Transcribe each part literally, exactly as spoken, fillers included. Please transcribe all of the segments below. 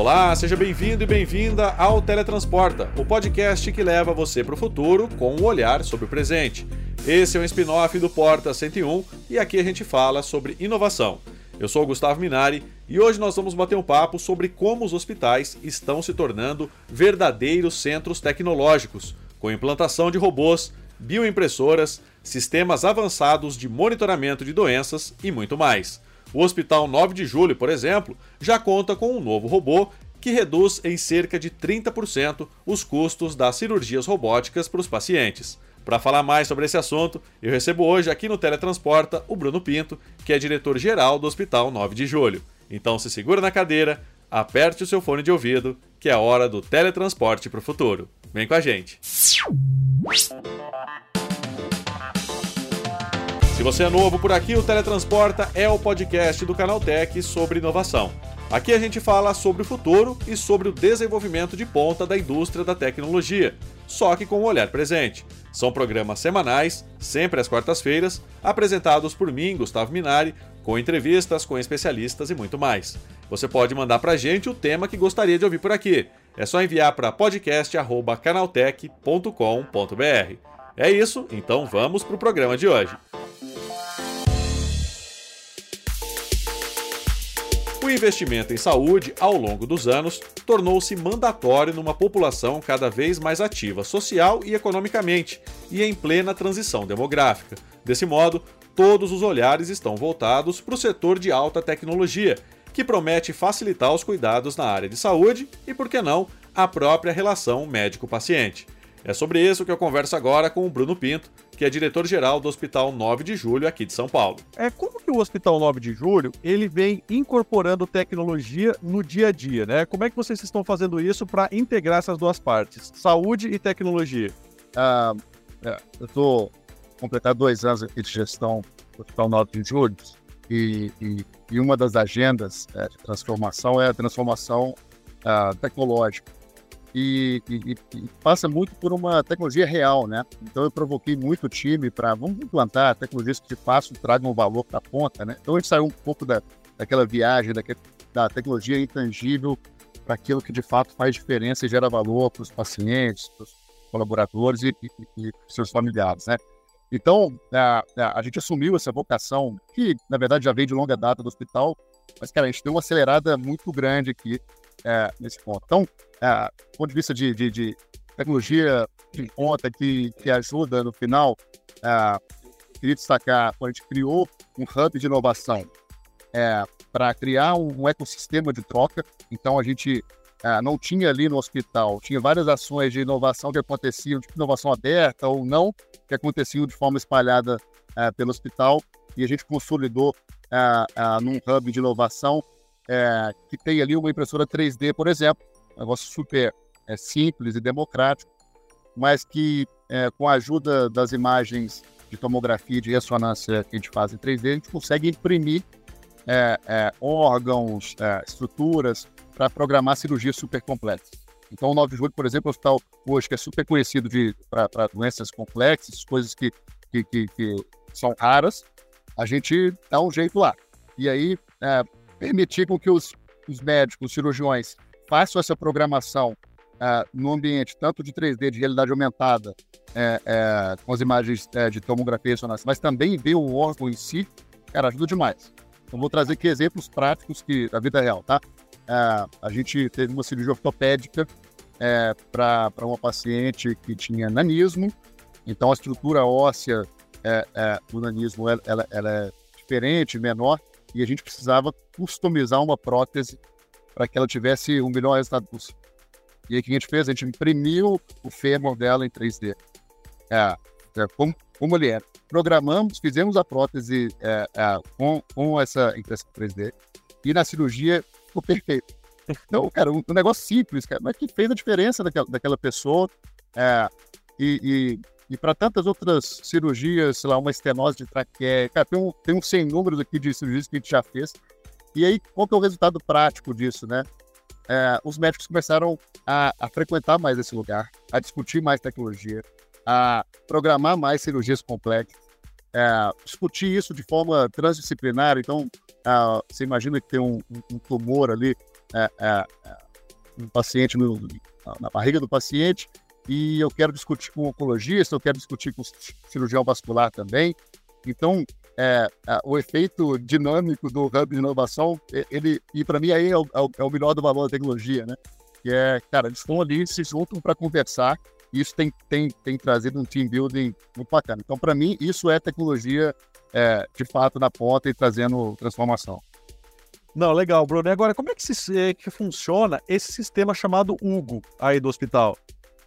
Olá, seja bem-vindo e bem-vinda ao Teletransporta, o podcast que leva você para o futuro com um olhar sobre o presente. Esse é um spin-off do Porta cento e um e aqui a gente fala sobre inovação. Eu sou o Gustavo Minari e hoje nós vamos bater um papo sobre como os hospitais estão se tornando verdadeiros centros tecnológicos, com implantação de robôs, bioimpressoras, sistemas avançados de monitoramento de doenças e muito mais. O Hospital nove de julho, por exemplo, já conta com um novo robô que reduz em cerca de trinta por cento os custos das cirurgias robóticas para os pacientes. Para falar mais sobre esse assunto, eu recebo hoje aqui no Teletransporta o Bruno Pinto, que é diretor-geral do Hospital nove de julho. Então se segura na cadeira, aperte o seu fone de ouvido, que é a hora do teletransporte para o futuro. Vem com a gente! Se você é novo por aqui, o Teletransporta é o podcast do Canaltech sobre inovação. Aqui a gente fala sobre o futuro e sobre o desenvolvimento de ponta da indústria da tecnologia, só que com o olhar presente. São programas semanais, sempre às quartas-feiras, apresentados por mim, Gustavo Minari, com entrevistas com especialistas e muito mais. Você pode mandar pra gente o tema que gostaria de ouvir por aqui. É só enviar para podcast arroba canaltech ponto com ponto br. É isso, então vamos pro programa de hoje. O investimento em saúde, ao longo dos anos, tornou-se mandatório numa população cada vez mais ativa social e economicamente, e em plena transição demográfica. Desse modo, todos os olhares estão voltados para o setor de alta tecnologia, que promete facilitar os cuidados na área de saúde e, por que não, a própria relação médico-paciente. É sobre isso que eu converso agora com o Bruno Pinto, que é diretor-geral do Hospital nove de julho aqui de São Paulo. É, como que o Hospital nove de julho ele vem incorporando tecnologia no dia a dia, né? Como é que vocês estão fazendo isso para integrar essas duas partes, saúde e tecnologia? Ah, é, eu estou completando dois anos aqui de gestão do Hospital nove de julho e, e, e uma das agendas é, de transformação é a transformação ah, tecnológica. E, e, e passa muito por uma tecnologia real, né? Então eu provoquei muito o time para vamos implantar tecnologias que de fato tragam valor para a ponta, né? Então a gente saiu um pouco da, daquela viagem, daquele, da tecnologia intangível para aquilo que de fato faz diferença e gera valor para os pacientes, para os colaboradores e, e, e seus familiares, né? Então a, a gente assumiu essa vocação que na verdade já veio de longa data do hospital, mas cara, a gente deu uma acelerada muito grande aqui é, nesse ponto. Então, É, do ponto de vista de, de, de tecnologia de ponta que, que ajuda no final, é, queria destacar, quando a gente criou um hub de inovação é, para criar um, um ecossistema de troca. Então a gente é, não tinha ali no hospital, tinha várias ações de inovação que aconteciam, de inovação aberta ou não, que aconteciam de forma espalhada é, pelo hospital, e a gente consolidou é, é, num hub de inovação é, que tem ali uma impressora três D, por exemplo, um negócio super é, simples e democrático, mas que é, com a ajuda das imagens de tomografia e de ressonância que a gente faz em três D, a gente consegue imprimir é, é, órgãos, é, estruturas para programar cirurgias super complexas. Então o nove de julho, por exemplo, é um hospital hoje que é super conhecido para doenças complexas, coisas que, que, que, que são raras, a gente dá um jeito lá. E aí é, permitir com que os, os médicos, os cirurgiões, façam essa programação uh, no ambiente tanto de três D, de realidade aumentada, é, é, com as imagens é, de tomografia e ressonância, mas também ver o órgão em si, cara, ajuda demais. Então, vou trazer aqui exemplos práticos que, da vida real, tá? Uh, a gente teve uma cirurgia ortopédica é, para uma paciente que tinha nanismo, então a estrutura óssea é, é, do nanismo ela, ela, ela é diferente, menor, e a gente precisava customizar uma prótese para que ela tivesse o melhor resultado possível. E aí o que a gente fez? A gente imprimiu o fêmur dela em três D, é, é, como, como ele era. Programamos, fizemos a prótese é, é, com, com essa impressão três D, e na cirurgia ficou perfeito. Então, cara, um, um negócio simples, cara, mas que fez a diferença daquela, daquela pessoa. É, e e, e para tantas outras cirurgias, sei lá, uma estenose de traqueia, cara, tem um, tem um sem números aqui de cirurgias que a gente já fez. E aí, qual que é o resultado prático disso, né? É, os médicos começaram a, a frequentar mais esse lugar, a discutir mais tecnologia, a programar mais cirurgias complexas, é, discutir isso de forma transdisciplinar. Então, é, você imagina que tem um, um tumor ali é, é, um paciente no, na barriga do paciente e eu quero discutir com o oncologista, eu quero discutir com o cirurgião vascular também. Então, é, é, o efeito dinâmico do hub de inovação, ele, e para mim aí é o, é o melhor do valor da tecnologia, né? Que é, cara, eles estão ali, se juntam para conversar, e isso tem, tem, tem trazido um team building muito bacana. Então, para mim, isso é tecnologia, é, de fato, na ponta e trazendo transformação. Não, legal, Bruno. E agora, como é que, se, que funciona esse sistema chamado Hugo aí do hospital?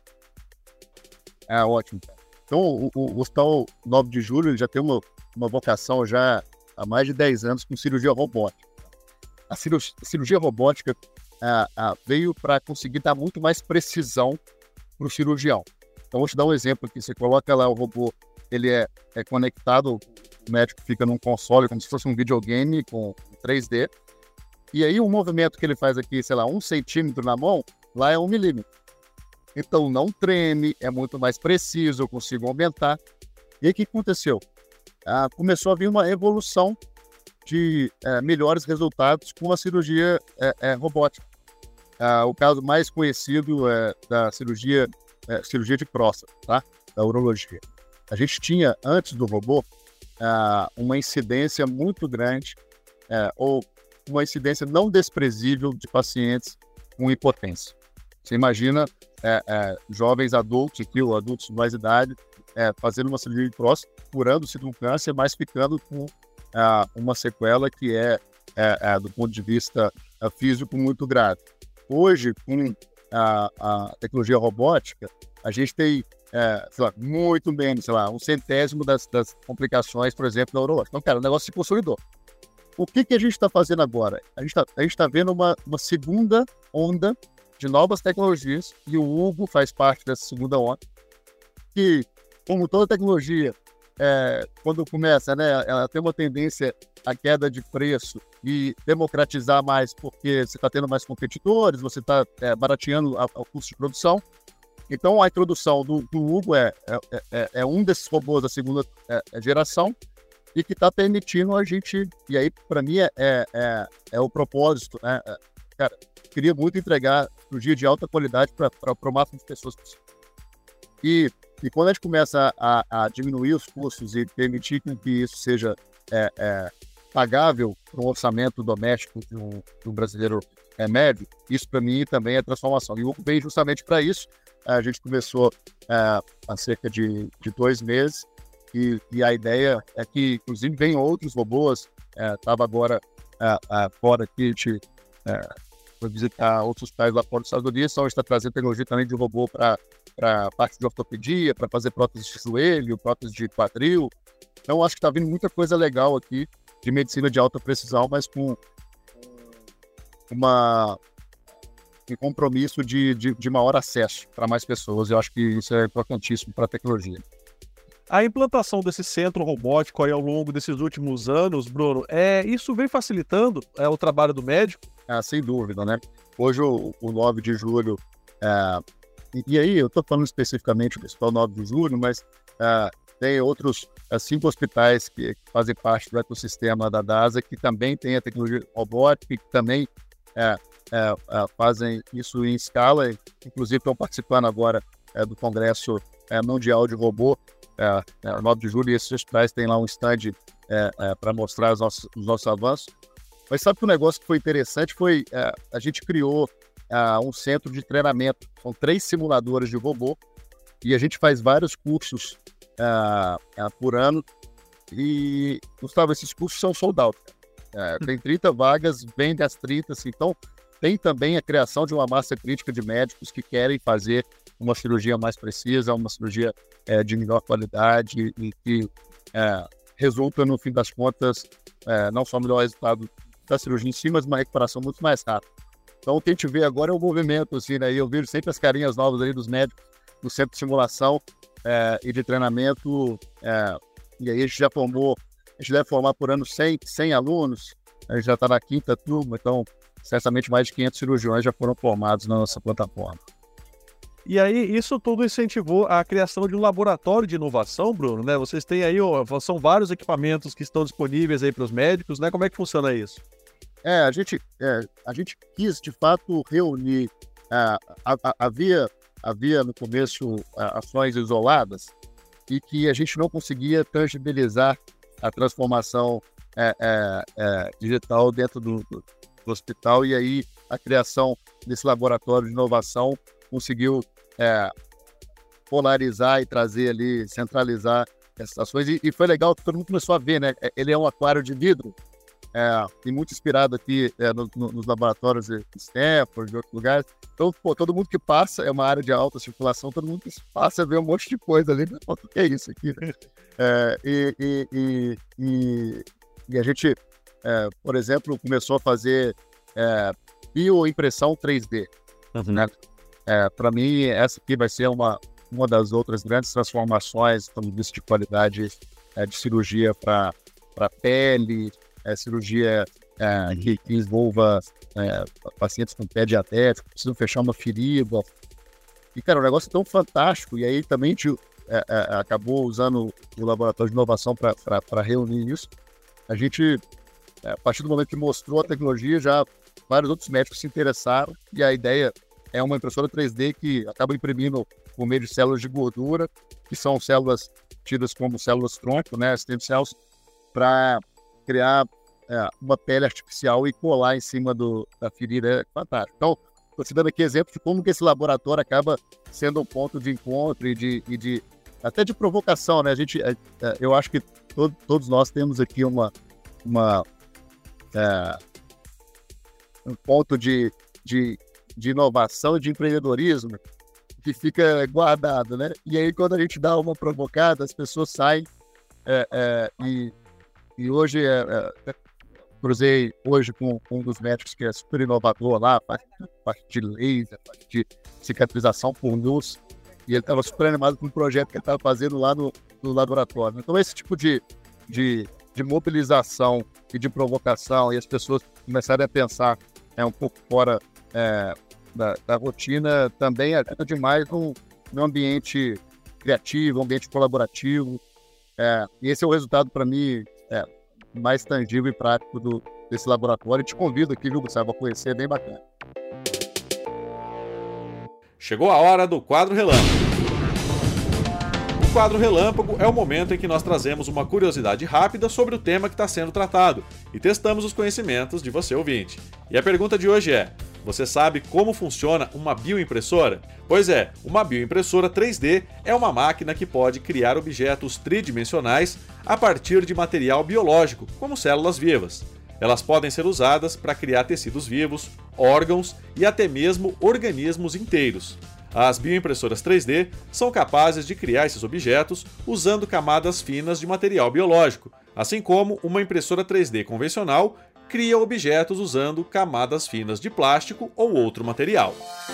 É ótimo. Então, o, o, o Hospital nove de Julho ele já tem uma, uma vocação já há mais de dez anos com cirurgia robótica. A cirurgia, a cirurgia robótica a, a, veio para conseguir dar muito mais precisão para o cirurgião. Então, vou te dar um exemplo aqui. Você coloca lá o robô, ele é, é conectado, o médico fica num console, como se fosse um videogame com três D. E aí, o movimento que ele faz aqui, sei lá, um centímetro na mão, lá é um milímetro. Então, não treme, é muito mais preciso, eu consigo aumentar. E aí, o que aconteceu? Ah, começou a vir uma evolução de é, melhores resultados com a cirurgia é, é, robótica. Ah, o caso mais conhecido é da cirurgia, é, cirurgia de próstata, tá? Da urologia. A gente tinha, antes do robô, ah, uma incidência muito grande, é, ou uma incidência não desprezível de pacientes com impotência. Você imagina é, é, jovens adultos, aqui, ou adultos de mais idade, é, fazendo uma cirurgia de próstata, curando-se de um câncer, mas ficando com é, uma sequela que é, é, é, do ponto de vista é, físico, muito grave. Hoje, com a, a tecnologia robótica, a gente tem é, sei lá, muito menos, sei lá, um centésimo das, das complicações, por exemplo, da urologia. Então, cara, o negócio se consolidou. O que, que a gente está fazendo agora? A gente está tá vendo uma, uma segunda onda de novas tecnologias, e o Hugo faz parte dessa segunda onda, que, como toda tecnologia, é, quando começa, né, ela tem uma tendência à queda de preço e democratizar mais, porque você está tendo mais competidores, você está é, barateando o custo de produção. Então, a introdução do, do Hugo é, é, é, é um desses robôs da segunda é, geração, e que está permitindo a gente, e aí, para mim, é, é, é o propósito, né? Cara, queria muito entregar cirurgia de alta qualidade para o máximo de pessoas possível. E, e quando a gente começa a, a diminuir os custos e permitir que isso seja é, é, pagável para um orçamento doméstico de um, de um brasileiro é, médio, isso para mim também é transformação. E o Hugo veio justamente para isso. A gente começou é, há cerca de, de dois meses, e, e a ideia é que, inclusive, venham outros robôs. Estava é, agora é, é, fora aqui, a gente é, foi visitar outros hospitais lá fora dos Estados Unidos, então a gente está trazendo tecnologia também de robô para a parte de ortopedia, para fazer prótese de joelho, prótese de quadril. Então, acho que está vindo muita coisa legal aqui de medicina de alta precisão, mas com uma, um compromisso de, de, de maior acesso para mais pessoas. Eu acho que isso é importantíssimo para a tecnologia. A implantação desse centro robótico aí ao longo desses últimos anos, Bruno, é, isso vem facilitando é, o trabalho do médico? Ah, sem dúvida, né? Hoje, o, o nove de julho, é, e, e aí eu estou falando especificamente do Hospital nove de julho, mas é, tem outros é, cinco hospitais que, que fazem parte do ecossistema da DASA, que também tem a tecnologia robótica, que também é, é, é, fazem isso em escala, inclusive estão participando agora é, do Congresso é, Mundial de Robô, É, é, nove de julho, e esses hospitais têm lá um stand é, é, para mostrar os nossos, os nossos avanços. Mas sabe que um negócio que foi interessante foi, é, a gente criou é, um centro de treinamento, são três simuladores de robô, e a gente faz vários cursos é, é, por ano, e, Gustavo, esses cursos são sold out. É, tem trinta vagas, vende as trinta, assim, então tem também a criação de uma massa crítica de médicos que querem fazer uma cirurgia mais precisa, uma cirurgia é, de melhor qualidade e que é, resulta, no fim das contas, é, não só o melhor resultado da cirurgia em si, mas uma recuperação muito mais rápida. Então, o que a gente vê agora é o movimento, assim, né? E eu vejo sempre as carinhas novas ali dos médicos do centro de simulação é, e de treinamento. É, e aí a gente já formou, a gente deve formar por ano cem, cem alunos, a gente já está na quinta turma, então, certamente mais de quinhentos cirurgiões já foram formados na nossa plataforma. E aí, isso tudo incentivou a criação de um laboratório de inovação, Bruno, né? Vocês têm aí, ó, são vários equipamentos que estão disponíveis aí para os médicos, né? Como é que funciona isso? É, a gente, é, a gente quis, de fato, reunir ah, a- a- havia, havia no começo ah, ações isoladas e que a gente não conseguia tangibilizar a transformação é, é, é, digital dentro do, do, do hospital, e aí a criação desse laboratório de inovação conseguiu é, polarizar e trazer ali, centralizar essas ações, e, e foi legal que todo mundo começou a ver, né? Ele é um aquário de vidro, é, e muito inspirado aqui é, no, no, nos laboratórios de Stanford, de outros lugares. Então, pô, todo mundo que passa, é uma área de alta circulação, todo mundo que passa vê um monte de coisa ali, pô, o que é isso aqui? É, e, e, e, e, e a gente, é, por exemplo, começou a fazer é, bioimpressão três D. Uhum. Né? É, para mim, essa aqui vai ser uma, uma das outras grandes transformações, como disse, de qualidade é, de cirurgia para pele, é, cirurgia é, que, que envolva é, pacientes com pé diabético, precisam fechar uma ferida. E, cara, o negócio é tão fantástico. E aí também a gente é, é, acabou usando o laboratório de inovação para reunir isso. A gente, é, a partir do momento que mostrou a tecnologia, já vários outros médicos se interessaram. E a ideia é uma impressora três D que acaba imprimindo por meio de células de gordura, que são células tidas como células tronco, né, stem cells, para criar é, uma pele artificial e colar em cima do, da ferida. É fantástico. Então, estou te dando aqui exemplo de como que esse laboratório acaba sendo um ponto de encontro e de, e de até de provocação, né? A gente, é, é, eu acho que todo, todos nós temos aqui uma, uma é, um ponto de, de, de inovação e de empreendedorismo que fica guardado, né? E aí, quando a gente dá uma provocada, as pessoas saem é, é, e, e hoje é, é, cruzei hoje com, com um dos médicos que é super inovador lá, a parte, a parte de laser, a parte de cicatrização por luz, e ele estava super animado com um projeto que ele estava fazendo lá no, no laboratório. Então, esse tipo de, de, de mobilização e de provocação, e as pessoas começarem a pensar é, um pouco fora é, da, da rotina, também ajuda demais no, no ambiente criativo, ambiente colaborativo. É, e esse é o resultado, para mim, é, mais tangível e prático do, desse laboratório. E te convido aqui, viu, Gustavo, a conhecer, é bem bacana. Chegou a hora do Quadro Relâmpago. O Quadro Relâmpago é o momento em que nós trazemos uma curiosidade rápida sobre o tema que está sendo tratado e testamos os conhecimentos de você ouvinte. E a pergunta de hoje é: você sabe como funciona uma bioimpressora? Pois é, uma bioimpressora três D é uma máquina que pode criar objetos tridimensionais a partir de material biológico, como células vivas. Elas podem ser usadas para criar tecidos vivos, órgãos e até mesmo organismos inteiros. As bioimpressoras três D são capazes de criar esses objetos usando camadas finas de material biológico, assim como uma impressora três D convencional cria objetos usando camadas finas de plástico ou outro material.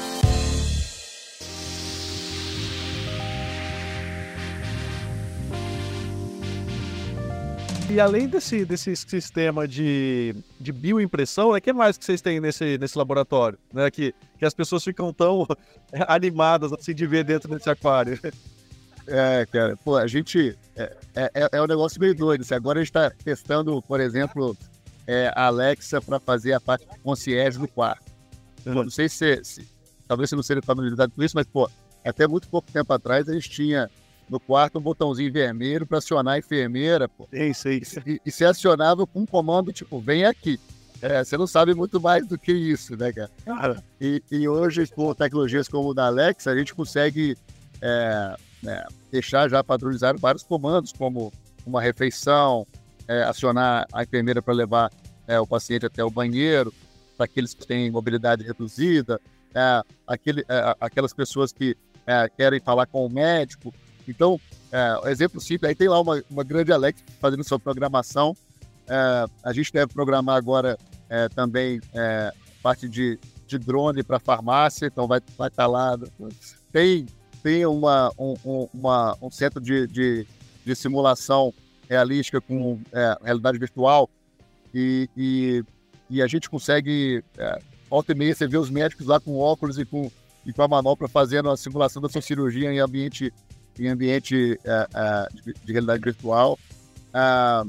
E além desse, desse sistema de, de bioimpressão, né, o que mais que vocês têm nesse, nesse laboratório? Né, que, que as pessoas ficam tão animadas assim, de ver dentro desse aquário. É, cara, pô, a gente... É, é, é um negócio meio doido. Assim, agora a gente está testando, por exemplo, é, a Alexa para fazer a parte de concierge no quarto. Uhum. Pô, não sei se, se... Talvez você não seja familiarizado com isso, mas, pô, até muito pouco tempo atrás a gente tinha no quarto um botãozinho vermelho para acionar a enfermeira, pô. É isso, é isso. E, e se acionava com um comando, tipo, vem aqui. É, você não sabe muito mais do que isso, né, cara? Cara. E, e hoje, com tecnologias como o da Alexa, a gente consegue é, é, deixar já padronizado vários comandos, como uma refeição, é, acionar a enfermeira para levar é, o paciente até o banheiro, para aqueles que têm mobilidade reduzida, é, aquele, é, aquelas pessoas que é, querem falar com o médico. Então, é, exemplo simples, aí tem lá uma, uma grande Alexa fazendo sua programação. É, a gente deve programar agora é, também é, parte de, de drone para farmácia, então vai estar tá lá. Tem, tem uma, um, uma, um centro de, de, de simulação realística com é, realidade virtual e, e, e a gente consegue, é, volta e meia, você vê os médicos lá com óculos e com, e com a manopla fazendo a simulação da sua cirurgia em ambiente em ambiente uh, uh, de, de realidade virtual. Uh,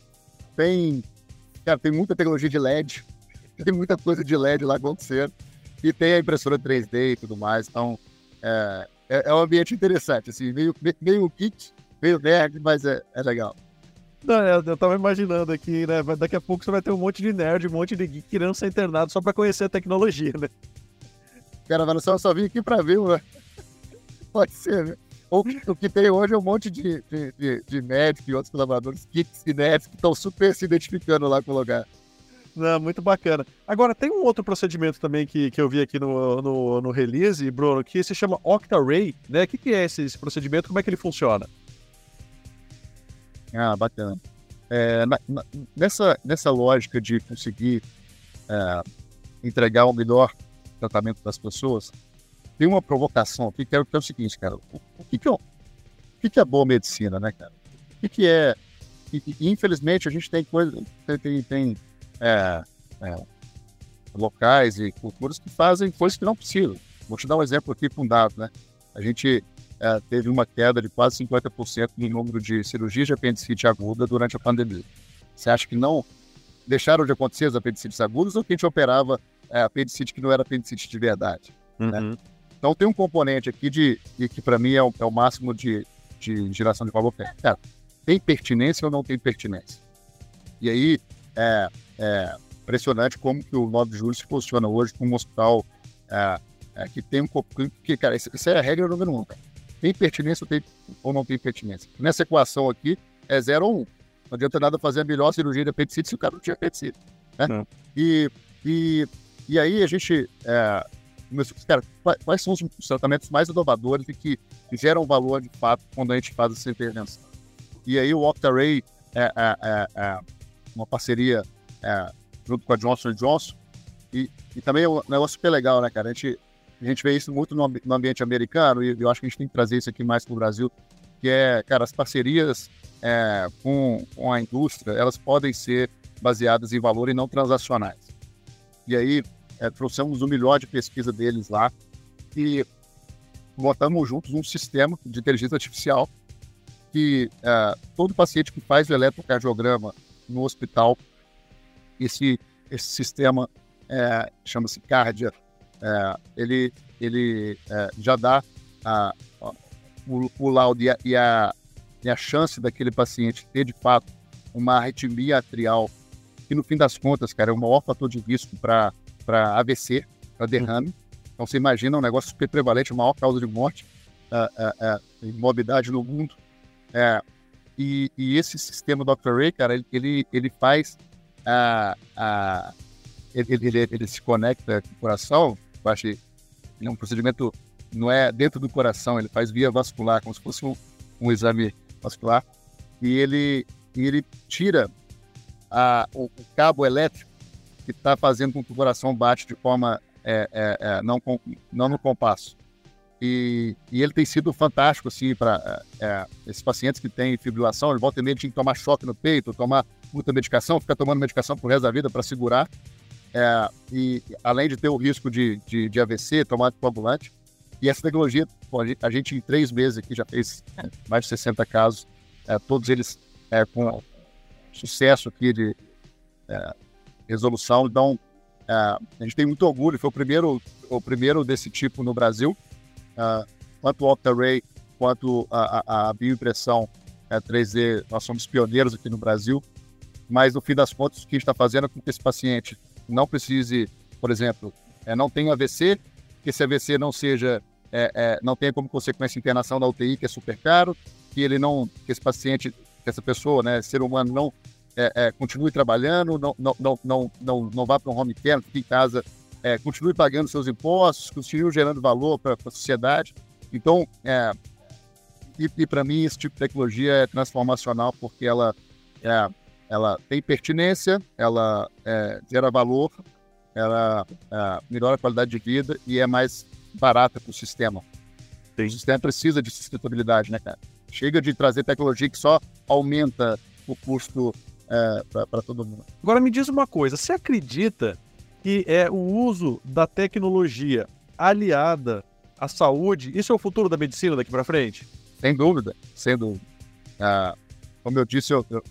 tem, cara, tem muita tecnologia de L E D, tem muita coisa de L E D lá acontecendo. e tem a impressora três D e tudo mais. Então, é, é, é um ambiente interessante, assim, meio, meio geek, meio nerd, mas é, é legal. Não, eu, eu tava imaginando aqui, né? Daqui a pouco você vai ter um monte de nerd, um monte de geek querendo ser internado só pra conhecer a tecnologia, né? Cara, mas só, só vim aqui pra ver, né? Pode ser, né? O, o que tem hoje é um monte de, de, de, de médicos e outros colaboradores, geeks e nerds, que estão super se identificando lá com o lugar. Não, muito bacana. Agora, tem um outro procedimento também que, que eu vi aqui no, no, no release, Bruno, que se chama Octa-Array, né? O que, que é esse, esse procedimento? Como é que ele funciona? Ah, bacana. É, na, na, nessa, nessa lógica de conseguir é, entregar o melhor tratamento das pessoas, tem uma provocação aqui que é, que é o seguinte, cara. O, o, que, que, é, o que, que é boa medicina, né, cara? O que, que é... E, e, infelizmente, a gente tem coisa... Tem, tem, tem é, é, locais e culturas que fazem coisas que não precisam. Vou te dar um exemplo aqui com um dado, né? A gente é, teve uma queda de quase cinquenta por cento no número de cirurgias de apendicite aguda durante a pandemia. Você acha que não deixaram de acontecer as apendicites agudas ou que a gente operava é, apendicite que não era apendicite de verdade? Uhum. Né? Então tem um componente aqui de, de que para mim é o, é o máximo de, de geração de valor. Cara, tem pertinência ou não tem pertinência? E aí é, é impressionante como que o nove de julho se posiciona hoje como um hospital é, é, que tem um... Que, cara, isso é a regra número um. Cara. Tem pertinência ou, tem, ou não tem pertinência? Nessa equação aqui é zero ou um. Não adianta nada fazer a melhor cirurgia de apendicite se o cara não tinha apendicite. Né? E, e, e aí a gente... É, cara, quais são os tratamentos mais inovadores e que geram valor de fato quando a gente faz essa intervenção? E aí o Octa-Array é, é, é, é uma parceria é, junto com a Johnson and Johnson e, e também é um negócio super legal, né, cara? A gente, a gente vê isso muito no, no ambiente americano e eu acho que a gente tem que trazer isso aqui mais para o Brasil, que é, cara, as parcerias é, com, com a indústria, elas podem ser baseadas em valor e não transacionais. E aí É, trouxemos o melhor de pesquisa deles lá e botamos juntos um sistema de inteligência artificial que é, todo paciente que faz o eletrocardiograma no hospital, esse, esse sistema é, chama-se Cardia, é, ele, ele é, já dá a, a, o, o laudo e a, e, a, e a chance daquele paciente ter de fato uma arritmia atrial, que no fim das contas, cara, é o maior fator de risco para para A V C, para derrame. Então, você imagina um negócio super prevalente, a maior causa de morte uh, uh, uh, e morbidade no mundo. Uh, e, e esse sistema do Octa-Array, cara, ele, ele, ele faz... Uh, uh, ele, ele, ele se conecta com o coração, eu acho que é um procedimento, não é dentro do coração, ele faz via vascular, como se fosse um, um exame vascular, e ele, e ele tira a, o, o cabo elétrico que está fazendo com que o coração bate de forma é, é, é, não, não no compasso. E, e ele tem sido fantástico assim, para é, esses pacientes que têm fibrilação. Ele volta e meia tinha que tomar choque no peito, tomar muita medicação, ficar tomando medicação pro resto da vida para segurar. É, e além de ter o risco de, de, de A V C, tomar coagulante. E essa tecnologia, pô, a gente em três meses aqui já fez mais de sessenta casos, é, todos eles é, com sucesso aqui de... É, resolução. Então, uh, a gente tem muito orgulho, foi o primeiro, o primeiro desse tipo no Brasil, uh, tanto o Octa-Array quanto a, a, a bioimpressão uh, três D, nós somos pioneiros aqui no Brasil, mas no fim das contas, o que a gente está fazendo é que esse paciente não precise, por exemplo, uh, não tenha A V C, que esse A V C não seja, uh, uh, não tenha como consequência internação da U T I, que é super caro, que ele não, que esse paciente, que essa pessoa, né, ser humano, não É, é, continue trabalhando, não, não, não, não, não, não vá para um home care, fique em casa, é, continue pagando seus impostos, continue gerando valor para a sociedade. Então, é, e, e para mim, esse tipo de tecnologia é transformacional porque ela, é, ela tem pertinência, ela é, gera valor, ela é, melhora a qualidade de vida e é mais barata para o sistema. Sim. O sistema precisa de sustentabilidade, né, cara? Chega de trazer tecnologia que só aumenta o custo É, para todo mundo. Agora me diz uma coisa, você acredita que é o uso da tecnologia aliada à saúde, isso é o futuro da medicina daqui para frente? Sem dúvida, sem dúvida. Ah, como eu disse, eu, eu,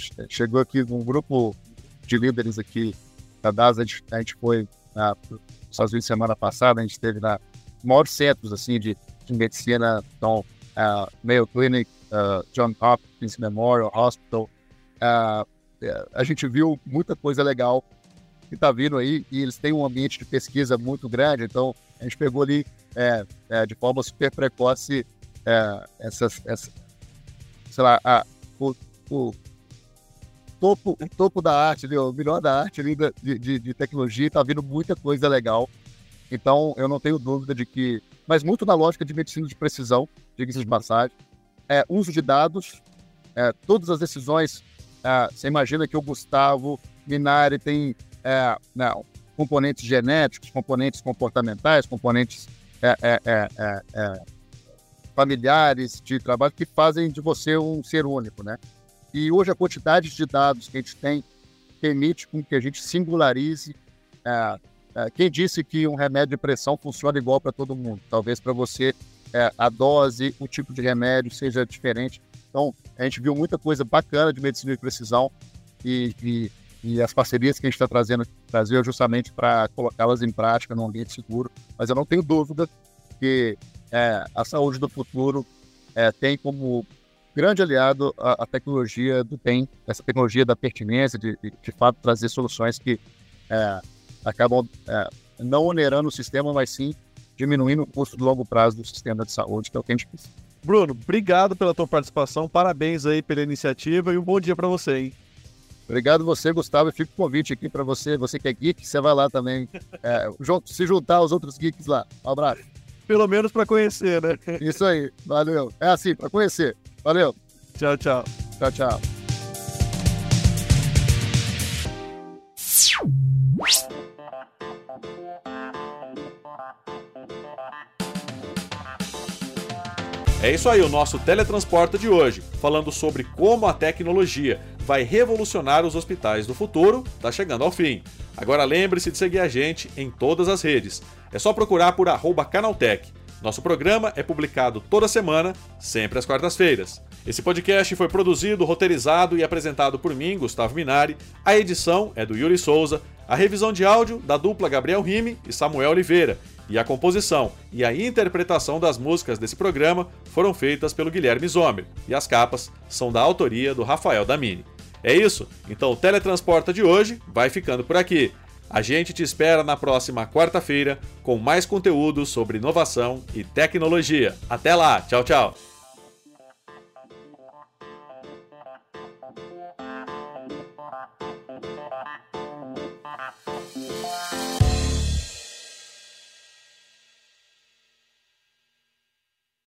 chegou aqui um grupo de líderes aqui da D A S, a gente, a gente foi ah, nos Estados Unidos semana passada, a gente esteve na maiores centros assim, de, de medicina, então, uh, Mayo Clinic, uh, Johns Hopkins Memorial Hospital. Uh, a gente viu muita coisa legal que está vindo aí, e eles têm um ambiente de pesquisa muito grande, então a gente pegou ali é, é, de forma super precoce é, essas, essa, sei lá, a, o, o, topo, o topo da arte, ali, o melhor da arte ali, de, de, de tecnologia, está vindo muita coisa legal. Então eu não tenho dúvida de que, mas muito na lógica de medicina de precisão, diga-se de passagem, é, uso de dados, é, todas as decisões, é, você imagina que o Gustavo Minari tem É, não, componentes genéticos, componentes comportamentais, componentes é, é, é, é, é, familiares de trabalho que fazem de você um ser único, né? E hoje a quantidade de dados que a gente tem permite com que a gente singularize. É, é, quem disse que um remédio de pressão funciona igual para todo mundo? Talvez para você é, a dose, o tipo de remédio seja diferente. Então, a gente viu muita coisa bacana de medicina de precisão e, e E as parcerias que a gente está trazendo no Brasil é justamente para colocá-las em prática num ambiente seguro. Mas eu não tenho dúvida que é, a saúde do futuro é, tem como grande aliado a, a tecnologia do T E M, essa tecnologia da pertinência, de, de, de fato trazer soluções que é, acabam é, não onerando o sistema, mas sim diminuindo o custo de longo prazo do sistema de saúde, que é o que a gente precisa. Bruno, obrigado pela tua participação, parabéns aí pela iniciativa e um bom dia para você, hein? Obrigado você, Gustavo, e fica o convite aqui para você, você que é geek, você vai lá também, é, se juntar aos outros geeks lá. Um abraço. Pelo menos para conhecer, né? Isso aí, valeu. É assim, para conhecer. Valeu. Tchau, tchau. Tchau, tchau. É isso aí, o nosso Teletransporta de hoje, falando sobre como a tecnologia vai revolucionar os hospitais do futuro, tá chegando ao fim. Agora lembre-se de seguir a gente em todas as redes. É só procurar por arroba Canaltech. Nosso programa é publicado toda semana, sempre às quartas-feiras. Esse podcast foi produzido, roteirizado e apresentado por mim, Gustavo Minari. A edição é do Yuri Souza, a revisão de áudio da dupla Gabriel Rime e Samuel Oliveira. E a composição e a interpretação das músicas desse programa foram feitas pelo Guilherme Zomer, e as capas são da autoria do Rafael Damini. É isso? Então o Teletransporta de hoje vai ficando por aqui. A gente te espera na próxima quarta-feira com mais conteúdo sobre inovação e tecnologia. Até lá, tchau, tchau!